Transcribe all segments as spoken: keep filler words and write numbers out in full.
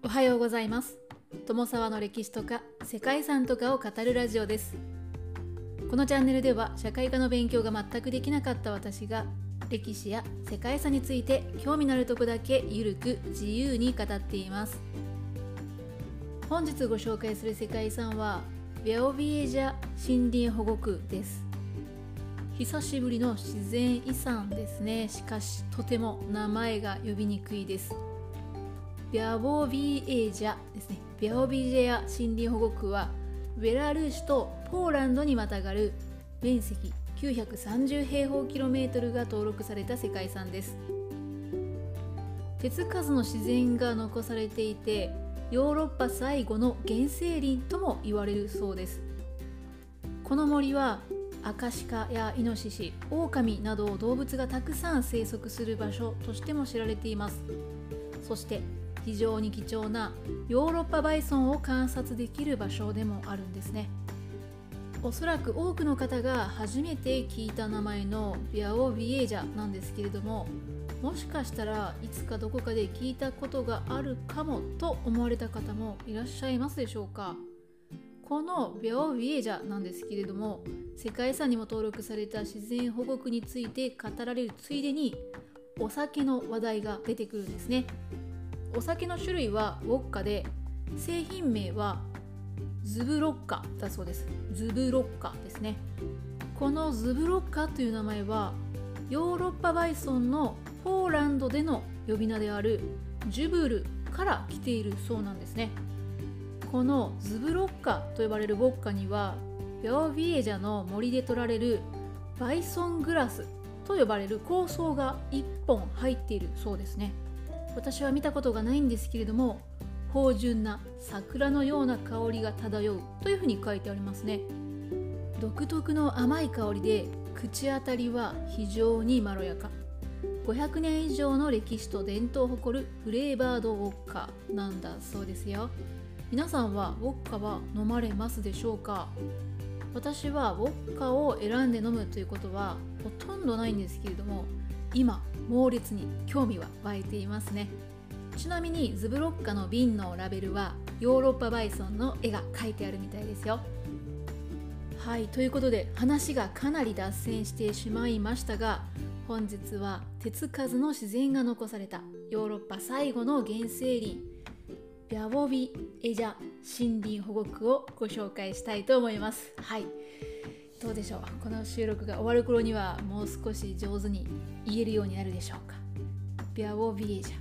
おはようございます。友沢の歴史とか世界遺産とかを語るラジオです。このチャンネルでは社会科の勉強が全くできなかった私が歴史や世界遺産について興味のあるとこだけゆるく自由に語っています。本日ご紹介する世界遺産はビャオビエジャ森林保護区です。久しぶりの自然遺産ですね。しかしとても名前が呼びにくいです。ビャオビエジャですね。ビャオビジェア森林保護区はベラルーシとポーランドにまたがる面積きゅうひゃくさんじゅうへいほうキロメートルが登録された世界遺産です。手つかずの自然が残されていて、ヨーロッパ最後の原生林とも言われるそうです。この森はアカシカやイノシシ、オオカミなど動物がたくさん生息する場所としても知られています。そして非常に貴重なヨーロッパバイソンを観察できる場所でもあるんですね。おそらく多くの方が初めて聞いた名前のビャオビエジャなんですけれども、もしかしたらいつかどこかで聞いたことがあるかもと思われた方もいらっしゃいますでしょうか。このビャオビエジャなんですけれども、世界遺産にも登録された自然保護区について語られるついでにお酒の話題が出てくるんですね。お酒の種類はウォッカで、製品名はズブロッカだそうです。ズブロッカですね。このズブロッカという名前はヨーロッパバイソンのポーランドでの呼び名であるジュブルから来ているそうなんですね。このズブロッカと呼ばれるウォッカにはビャオビエジャの森で取られるバイソングラスと呼ばれる香草がいっぽん入っているそうですね。私は見たことがないんですけれども、芳醇な桜のような香りが漂うというふうに書いてありますね。独特の甘い香りで口当たりは非常にまろやか。ごひゃくねん以上の歴史と伝統を誇るフレーバードウォッカなんだそうですよ。皆さんはウォッカは飲まれますでしょうか。私はウォッカを選んで飲むということはほとんどないんですけれども、今猛烈に興味は湧いていますね。ちなみにズブロッカの瓶のラベルはヨーロッパバイソンの絵が描いてあるみたいですよ。はい、ということで話がかなり脱線してしまいましたが、本日は手つかずの自然が残されたヨーロッパ最後の原生林ビャオビエジャ森林保護区をご紹介したいと思います。はい、どうでしょう。この収録が終わる頃にはもう少し上手に言えるようになるでしょうか。ビャオビエジャ。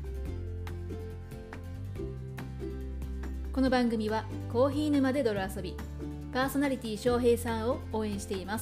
この番組はコーヒー沼で泥遊び、パーソナリティ翔平さんを応援しています。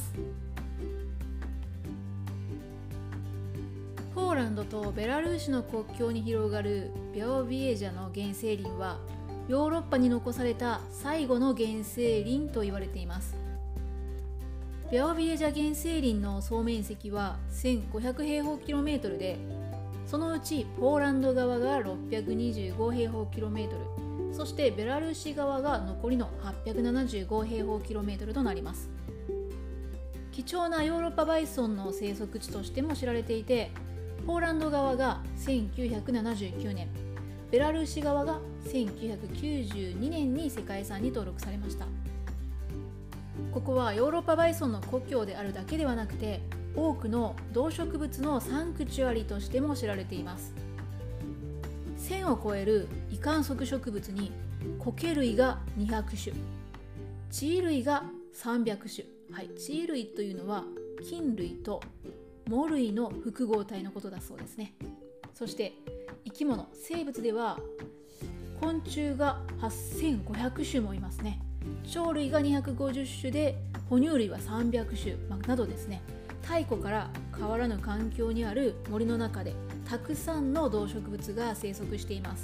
ポーランドとベラルーシの国境に広がるビャオビエジャの原生林はヨーロッパに残された最後の原生林と言われています。ビャオビエジャ原生林の総面積はせんごひゃくへいほうキロメートルで、そのうちポーランド側がろっぴゃくにじゅうごへいほうキロメートル、そしてベラルーシ側が残りのはっぴゃくななじゅうごへいほうキロメートルとなります。貴重なヨーロッパバイソンの生息地としても知られていて、ポーランド側がせんきゅうひゃくななじゅうきゅうねん、ベラルーシ側がせんきゅうひゃくきゅうじゅうにねんに世界遺産に登録されました。ここはヨーロッパバイソンの故郷であるだけではなくて、多くの動植物のサンクチュアリとしても知られています。せんを超える異観測植物に苔類がにひゃくしゅ、地衣類がさんびゃくしゅ、はい、地衣類というのは菌類と藻類の複合体のことだそうですね。そして生き物、生物では昆虫がはっせんごひゃくしゅもいますね。鳥類がにひゃくごじゅっしゅで、哺乳類はさんびゃくしゅ、まあ、などですね。太古から変わらぬ環境にある森の中でたくさんの動植物が生息しています。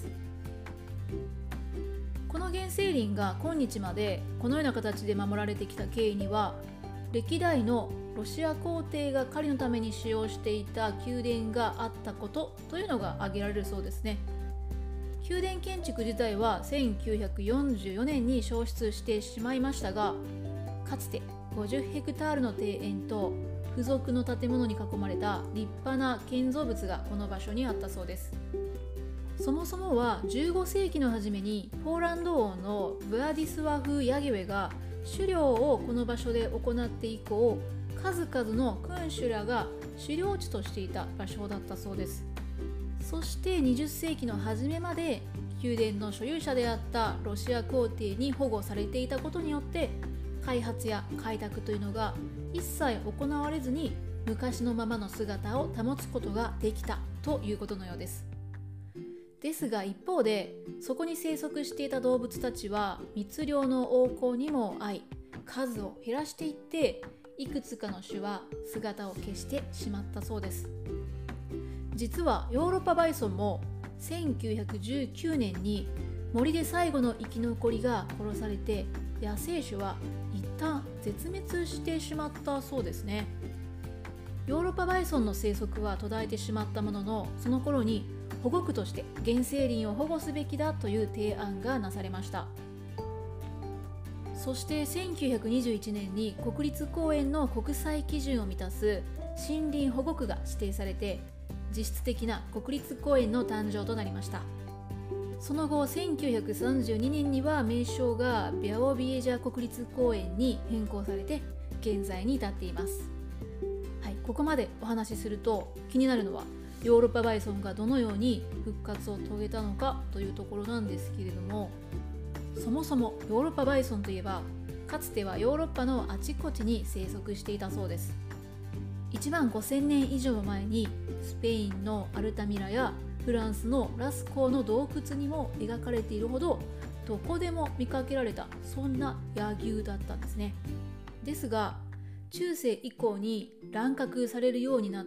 この原生林が今日までこのような形で守られてきた経緯には、歴代のロシア皇帝が狩りのために使用していた宮殿があったことというのが挙げられるそうですね。宮殿建築自体はせんきゅうひゃくよんじゅうよねんに消失してしまいましたが、かつてごじゅうヘクタールの庭園と付属の建物に囲まれた立派な建造物がこの場所にあったそうです。 そもそもはじゅうごせいきの初めにポーランド王のブラディスワフ・ヤゲウェが狩猟をこの場所で行って以降、数々の君主らが狩猟地としていた場所だったそうです。そしてにじゅっせいきの初めまで宮殿の所有者であったロシア皇帝に保護されていたことによって、開発や開拓というのが一切行われずに昔のままの姿を保つことができたということのようです。ですが一方で、そこに生息していた動物たちは密猟の横行にも遭い、数を減らしていって、いくつかの種は姿を消してしまったそうです。実はヨーロッパバイソンもせんきゅうひゃくじゅうきゅうねんに森で最後の生き残りが殺されて、野生種は一旦絶滅してしまったそうですね。ヨーロッパバイソンの生息は途絶えてしまったものの、その頃に保護区として原生林を保護すべきだという提案がなされました。そしてせんきゅうひゃくにじゅういちねんに国立公園の国際基準を満たす森林保護区が指定されて、実質的な国立公園の誕生となりました。その後せんきゅうひゃくさんじゅうにねんには名称がビャオビエジャ国立公園に変更されて現在に至っています。はい、ここまでお話しすると気になるのは、ヨーロッパバイソンがどのように復活を遂げたのかというところなんですけれども、そもそもヨーロッパバイソンといえば、かつてはヨーロッパのあちこちに生息していたそうです。いちまんごせんねん以上前にスペインのアルタミラやフランスのラスコーの洞窟にも描かれているほど、どこでも見かけられた、そんな野牛だったんですね。ですが中世以降に乱獲されるようになって、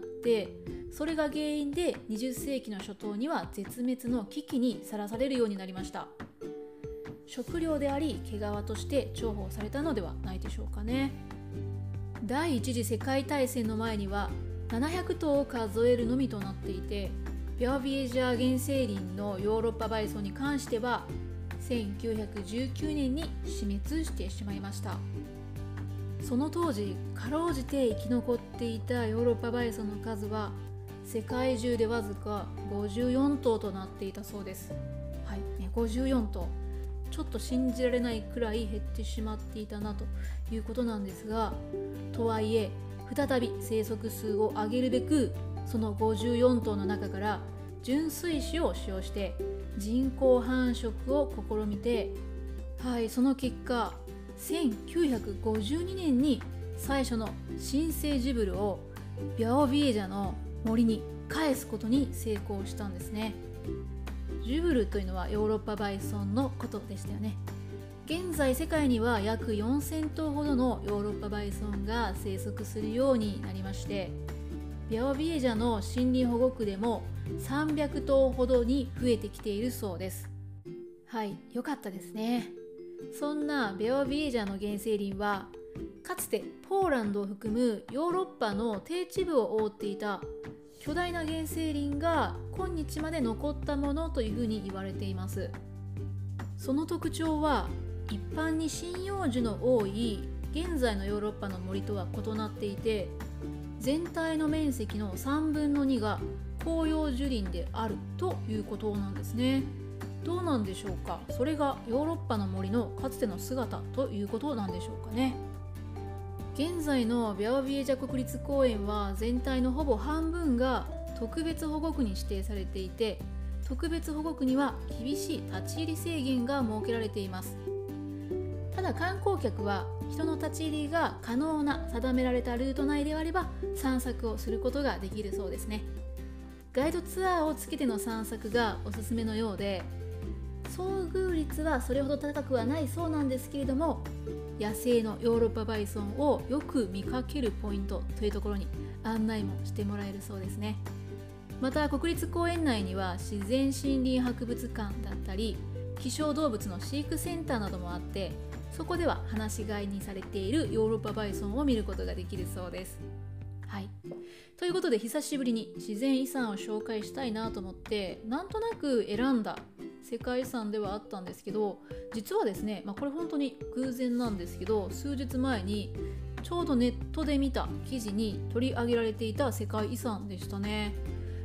それが原因でにじゅっせいきの初頭には絶滅の危機にさらされるようになりました。食料であり毛皮として重宝されたのではないでしょうかね。第一次世界大戦の前にはななひゃくとうを数えるのみとなっていて、ビャオビエジャ原生林のヨーロッパバイソンに関してはせんきゅうひゃくじゅうきゅうねんに死滅してしまいました。その当時かろうじて生き残っていたヨーロッパバイソンの数は世界中でわずかごじゅうよんとうとなっていたそうです。はい、ね、ごじゅうよんとう、ちょっと信じられないくらい減ってしまっていたなということなんですが、とはいえ再び生息数を上げるべく、そのごじゅうよんとうの中から純粋種を使用して人工繁殖を試みて、はい、その結果せんきゅうひゃくごじゅうにねんに最初の新生ジブルをビャオビエジャの森に返すことに成功したんですね。ジュブルというのはヨーロッパバイソンのことでしたよね。現在世界には約よんせんとうほどのヨーロッパバイソンが生息するようになりまして、ビャオビエジャの森林保護区でもさんびゃくとうほどに増えてきているそうです。はい、よかったですね。そんなビャオビエジャの原生林はかつてポーランドを含むヨーロッパの低地部を覆っていた巨大な原生林が今日まで残ったものというふうに言われています。その特徴は一般に針葉樹の多い現在のヨーロッパの森とは異なっていて、全体の面積のさんぶんのにが広葉樹林であるということなんですね。どうなんでしょうか。それがヨーロッパの森のかつての姿ということなんでしょうかね。現在のビャオビエジャ国立公園は全体のほぼ半分が特別保護区に指定されていて、特別保護区には厳しい立ち入り制限が設けられています。ただ観光客は人の立ち入りが可能な定められたルート内であれば散策をすることができるそうですね。ガイドツアーをつけての散策がおすすめのようで、遭遇率はそれほど高くはないそうなんですけれども、野生のヨーロッパバイソンをよく見かけるポイントというところに案内もしてもらえるそうですね。また国立公園内には自然森林博物館だったり希少動物の飼育センターなどもあって、そこでは放し飼いにされているヨーロッパバイソンを見ることができるそうです。はい、ということで久しぶりに自然遺産を紹介したいなと思ってなんとなく選んだ世界遺産ではあったんですけど、実はですね、まあ、これ本当に偶然なんですけど、数日前にちょうどネットで見た記事に取り上げられていた世界遺産でしたね。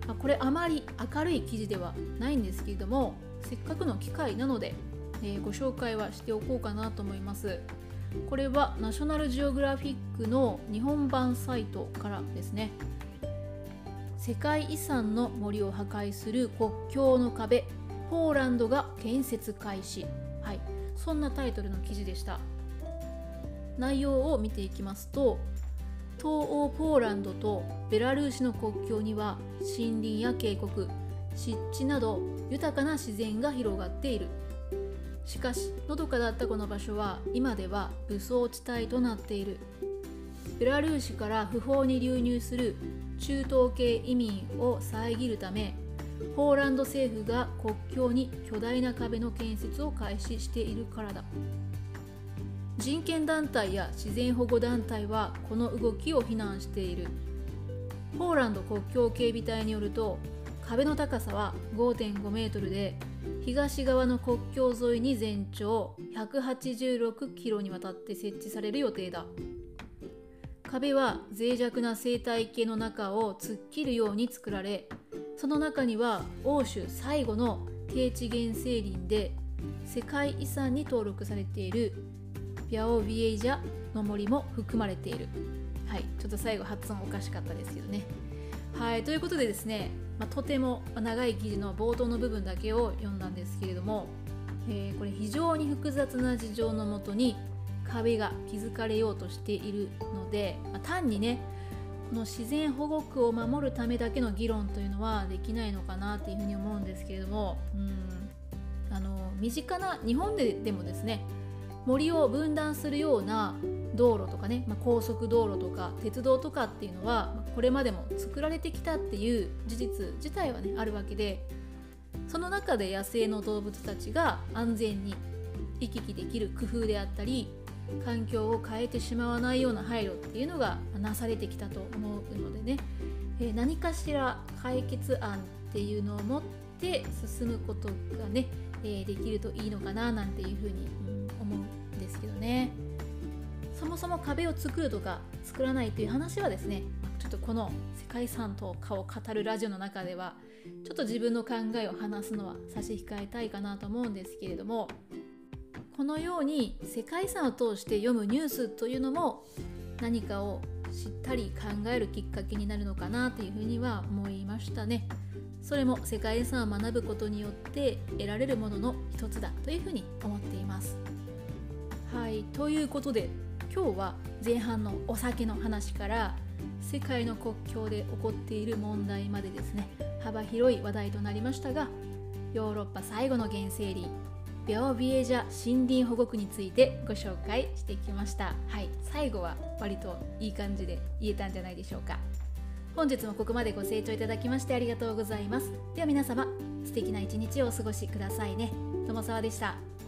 これあまり明るい記事ではないんですけれども、せっかくの機会なので、えー、ご紹介はしておこうかなと思います。これはナショナルジオグラフィックの日本版サイトからですね。世界遺産の森を破壊する国境の壁、ポーランドが建設開始。はい、そんなタイトルの記事でした。内容を見ていきますと、東欧ポーランドとベラルーシの国境には森林や渓谷、湿地など豊かな自然が広がっている。しかし、のどかだったこの場所は今では武装地帯となっている。ベラルーシから不法に流入する中東系移民を遮るため、ポーランド政府が国境に巨大な壁の建設を開始しているからだ。人権団体や自然保護団体はこの動きを非難している。ポーランド国境警備隊によると、壁の高さは ごてんごメートルで、東側の国境沿いに全長ひゃくはちじゅうろくキロにわたって設置される予定だ。壁は脆弱な生態系の中を突っ切るように作られ、その中には欧州最後の低地原生林で世界遺産に登録されているビャオビエイジャの森も含まれている。はい、ちょっと最後発音おかしかったですけどね。はい、ということでですね、まあ、とても長い記事の冒頭の部分だけを読んだんですけれども、えー、これ非常に複雑な事情のもとに壁が築かれようとしているので、まあ、単にね、この自然保護区を守るためだけの議論というのはできないのかなっていうふうに思うんですけれども、うん、あの身近な日本ででもですね、森を分断するような道路とかね、まあ、高速道路とか鉄道とかっていうのはこれまでも作られてきたっていう事実自体はねあるわけで、その中で野生の動物たちが安全に行き来できる工夫であったり、環境を変えてしまわないような配慮っていうのがなされてきたと思うのでね、えー、何かしら解決案っていうのを持って進むことがね、えー、できるといいのかななんていうふうに、うん、思うんですけどね。そもそも壁を作るとか作らないという話はですね、ちょっとこの世界遺産とかを語るラジオの中ではちょっと自分の考えを話すのは差し控えたいかなと思うんですけれども、このように世界遺産を通して読むニュースというのも何かを知ったり考えるきっかけになるのかなというふうには思いましたね。それも世界遺産を学ぶことによって得られるものの一つだというふうに思っています。はい、ということで今日は前半のお酒の話から世界の国境で起こっている問題までですね、幅広い話題となりましたが、ヨーロッパ最後の原生林ビャオビエジャ森林保護区についてご紹介してきました。はい、最後は割といい感じで言えたんじゃないでしょうか。本日もここまでご清聴いただきましてありがとうございます。では皆様、素敵な一日をお過ごしくださいね。友沢でした。